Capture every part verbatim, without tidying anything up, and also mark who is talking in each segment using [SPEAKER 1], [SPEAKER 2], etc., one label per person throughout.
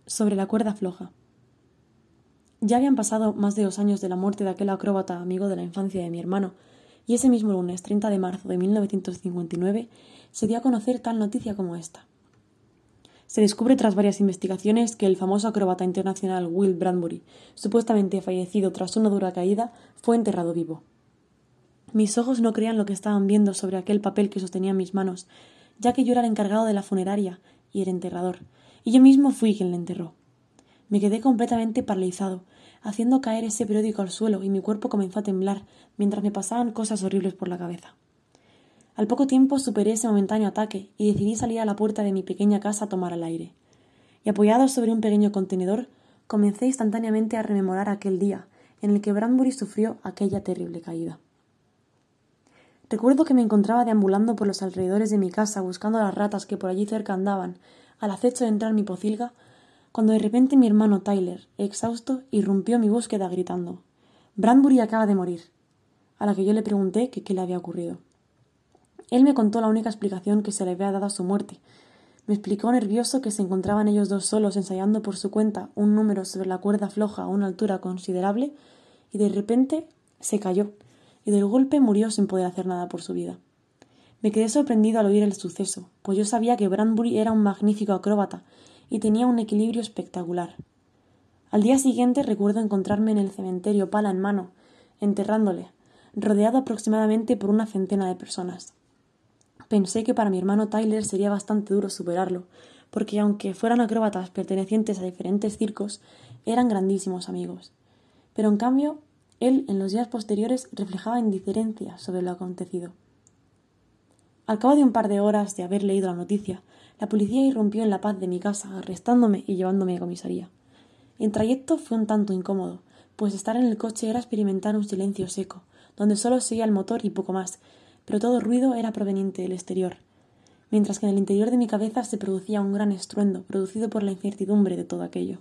[SPEAKER 1] Sobre la cuerda floja. Ya habían pasado más de dos años de la muerte de aquel acróbata amigo de la infancia de mi hermano, y ese mismo lunes treinta de marzo de mil novecientos cincuenta y nueve se dio a conocer tal noticia como esta. Se descubre tras varias investigaciones que el famoso acróbata internacional Will Bradbury, supuestamente fallecido tras una dura caída, fue enterrado vivo. Mis ojos no creían lo que estaban viendo sobre aquel papel que sostenía en mis manos, ya que yo era el encargado de la funeraria y el enterrador, y yo mismo fui quien le enterró. Me quedé completamente paralizado, haciendo caer ese periódico al suelo, y mi cuerpo comenzó a temblar mientras me pasaban cosas horribles por la cabeza. Al poco tiempo superé ese momentáneo ataque y decidí salir a la puerta de mi pequeña casa a tomar el aire. Y apoyado sobre un pequeño contenedor, comencé instantáneamente a rememorar aquel día en el que Bradbury sufrió aquella terrible caída. Recuerdo que me encontraba deambulando por los alrededores de mi casa buscando a las ratas que por allí cerca andaban, al acecho de entrar en mi pocilga, cuando de repente mi hermano Tyler, exhausto, irrumpió mi búsqueda gritando: «Bradbury acaba de morir», a la que yo le pregunté que qué le había ocurrido. Él me contó la única explicación que se le había dado a su muerte. Me explicó nervioso que se encontraban ellos dos solos ensayando por su cuenta un número sobre la cuerda floja a una altura considerable, y de repente se cayó, y del golpe murió sin poder hacer nada por su vida. Me quedé sorprendido al oír el suceso, pues yo sabía que Bradbury era un magnífico acróbata y tenía un equilibrio espectacular. Al día siguiente recuerdo encontrarme en el cementerio, pala en mano, enterrándole, rodeado aproximadamente por una centena de personas. Pensé que para mi hermano Tyler sería bastante duro superarlo, porque aunque fueran acróbatas pertenecientes a diferentes circos, eran grandísimos amigos. Pero en cambio, él en los días posteriores reflejaba indiferencia sobre lo acontecido. Al cabo de un par de horas de haber leído la noticia, la policía irrumpió en la paz de mi casa, arrestándome y llevándome a comisaría. El trayecto fue un tanto incómodo, pues estar en el coche era experimentar un silencio seco, donde solo se oía el motor y poco más, pero todo ruido era proveniente del exterior, mientras que en el interior de mi cabeza se producía un gran estruendo producido por la incertidumbre de todo aquello.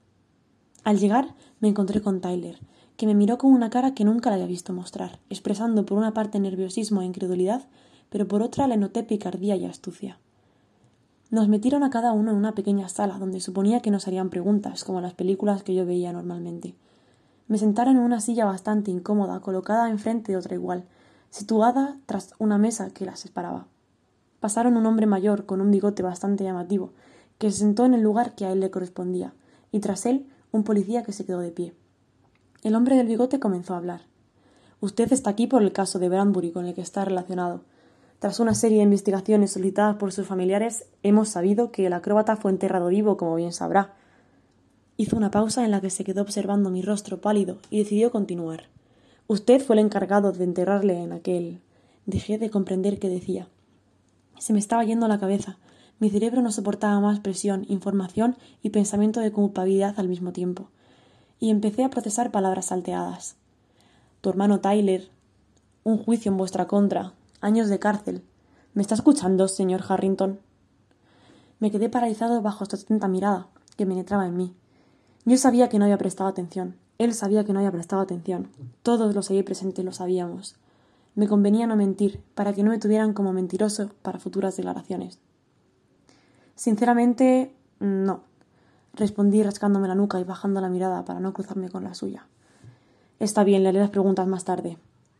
[SPEAKER 1] Al llegar me encontré con Tyler, que me miró con una cara que nunca le había visto mostrar, expresando por una parte nerviosismo e incredulidad, pero por otra le noté picardía y astucia. Nos metieron a cada uno en una pequeña sala donde suponía que nos harían preguntas, como en las películas que yo veía normalmente. Me sentaron en una silla bastante incómoda, colocada enfrente de otra igual, situada tras una mesa que las separaba. Pasaron un hombre mayor con un bigote bastante llamativo, que se sentó en el lugar que a él le correspondía, y tras él un policía que se quedó de pie. El hombre del bigote comenzó a hablar. «Usted está aquí por el caso de Bradbury con el que está relacionado. Tras una serie de investigaciones solicitadas por sus familiares, hemos sabido que el acróbata fue enterrado vivo, como bien sabrá». Hizo una pausa en la que se quedó observando mi rostro pálido y decidió continuar. «Usted fue el encargado de enterrarle en aquel...». Dejé de comprender qué decía. Se me estaba yendo la cabeza. Mi cerebro no soportaba más presión, información y pensamiento de culpabilidad al mismo tiempo. Y empecé a procesar palabras salteadas. «Tu hermano Tyler, un juicio en vuestra contra, años de cárcel. ¿Me está escuchando, señor Harrington?». Me quedé paralizado bajo esta atenta mirada que penetraba en mí. Yo sabía que no había prestado atención. Él sabía que no había prestado atención. Todos los allí presentes lo sabíamos. Me convenía no mentir, para que no me tuvieran como mentiroso para futuras declaraciones. «Sinceramente, no», respondí rascándome la nuca y bajando la mirada para no cruzarme con la suya. «Está bien, le haré las preguntas más tarde».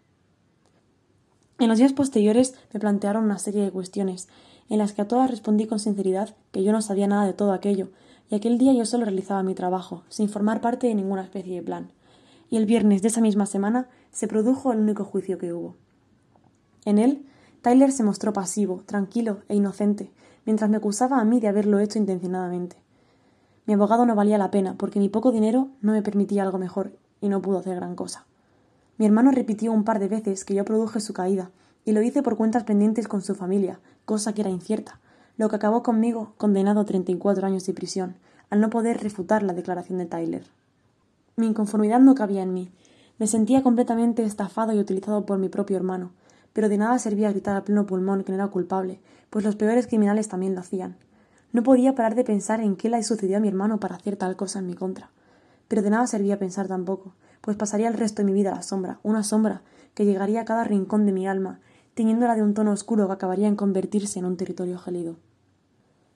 [SPEAKER 1] En los días posteriores me plantearon una serie de cuestiones, en las que a todas respondí con sinceridad que yo no sabía nada de todo aquello, y aquel día yo solo realizaba mi trabajo, sin formar parte de ninguna especie de plan. Y el viernes de esa misma semana se produjo el único juicio que hubo. En él, Tyler se mostró pasivo, tranquilo e inocente, mientras me acusaba a mí de haberlo hecho intencionadamente. Mi abogado no valía la pena, porque mi poco dinero no me permitía algo mejor, y no pudo hacer gran cosa. Mi hermano repitió un par de veces que yo produje su caída, y lo hice por cuentas pendientes con su familia, cosa que era incierta, lo que acabó conmigo condenado a treinta y cuatro años de prisión, al no poder refutar la declaración de Tyler. Mi inconformidad no cabía en mí. Me sentía completamente estafado y utilizado por mi propio hermano, pero de nada servía gritar a pleno pulmón que no era culpable, pues los peores criminales también lo hacían. No podía parar de pensar en qué le sucedió a mi hermano para hacer tal cosa en mi contra. Pero de nada servía pensar tampoco, pues pasaría el resto de mi vida a la sombra, una sombra que llegaría a cada rincón de mi alma, tiñéndola de un tono oscuro que acabaría en convertirse en un territorio gélido.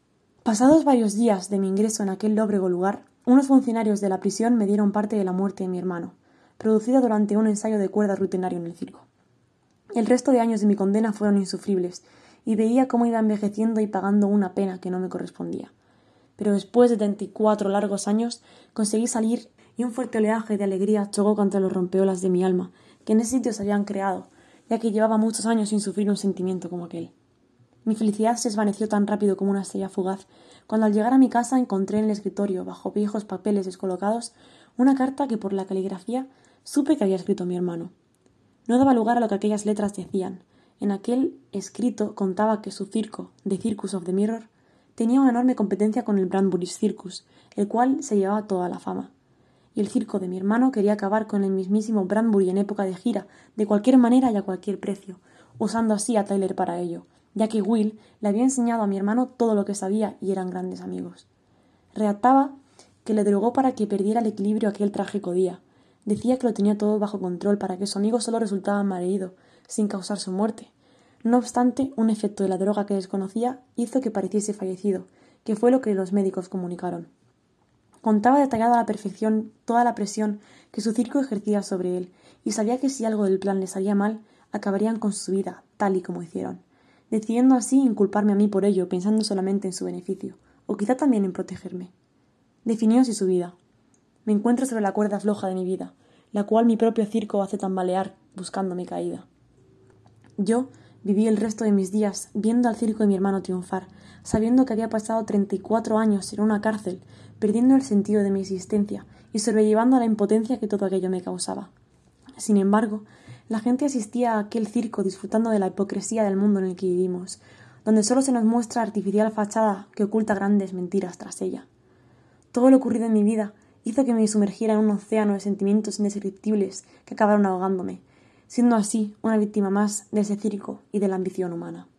[SPEAKER 1] Pasados varios días de mi ingreso en aquel lóbrego lugar, unos funcionarios de la prisión me dieron parte de la muerte de mi hermano, producida durante un ensayo de cuerda rutinario en el circo. El resto de años de mi condena fueron insufribles, y veía cómo iba envejeciendo y pagando una pena que no me correspondía. Pero después de treinta y cuatro largos años conseguí salir y un fuerte oleaje de alegría chocó contra los rompeolas de mi alma, que en ese sitio se habían creado, ya que llevaba muchos años sin sufrir un sentimiento como aquel. Mi felicidad se desvaneció tan rápido como una estrella fugaz, cuando al llegar a mi casa encontré en el escritorio, bajo viejos papeles descolocados, una carta que por la caligrafía supe que había escrito mi hermano. No daba lugar a lo que aquellas letras decían. En aquel escrito contaba que su circo, The Circus of the Mirror, tenía una enorme competencia con el Branbury's Circus, el cual se llevaba toda la fama. Y el circo de mi hermano quería acabar con el mismísimo Branbury en época de gira, de cualquier manera y a cualquier precio, usando así a Tyler para ello, ya que Will le había enseñado a mi hermano todo lo que sabía y eran grandes amigos. Relataba que le drogó para que perdiera el equilibrio aquel trágico día. Decía que lo tenía todo bajo control para que su amigo solo resultaba malherido, sin causar su muerte. No obstante, un efecto de la droga que desconocía hizo que pareciese fallecido, que fue lo que los médicos comunicaron. Contaba detallada a la perfección toda la presión que su circo ejercía sobre él, y sabía que si algo del plan le salía mal, acabarían con su vida, tal y como hicieron, decidiendo así inculparme a mí por ello, pensando solamente en su beneficio, o quizá también en protegerme. Definió así su vida. Me encuentro sobre la cuerda floja de mi vida, la cual mi propio circo hace tambalear, buscando mi caída. Yo viví el resto de mis días viendo al circo de mi hermano triunfar, sabiendo que había pasado treinta y cuatro años en una cárcel, perdiendo el sentido de mi existencia y sobrellevando a la impotencia que todo aquello me causaba. Sin embargo, la gente asistía a aquel circo disfrutando de la hipocresía del mundo en el que vivimos, donde solo se nos muestra artificial fachada que oculta grandes mentiras tras ella. Todo lo ocurrido en mi vida hizo que me sumergiera en un océano de sentimientos indescriptibles que acabaron ahogándome, siendo así una víctima más de ese circo y de la ambición humana.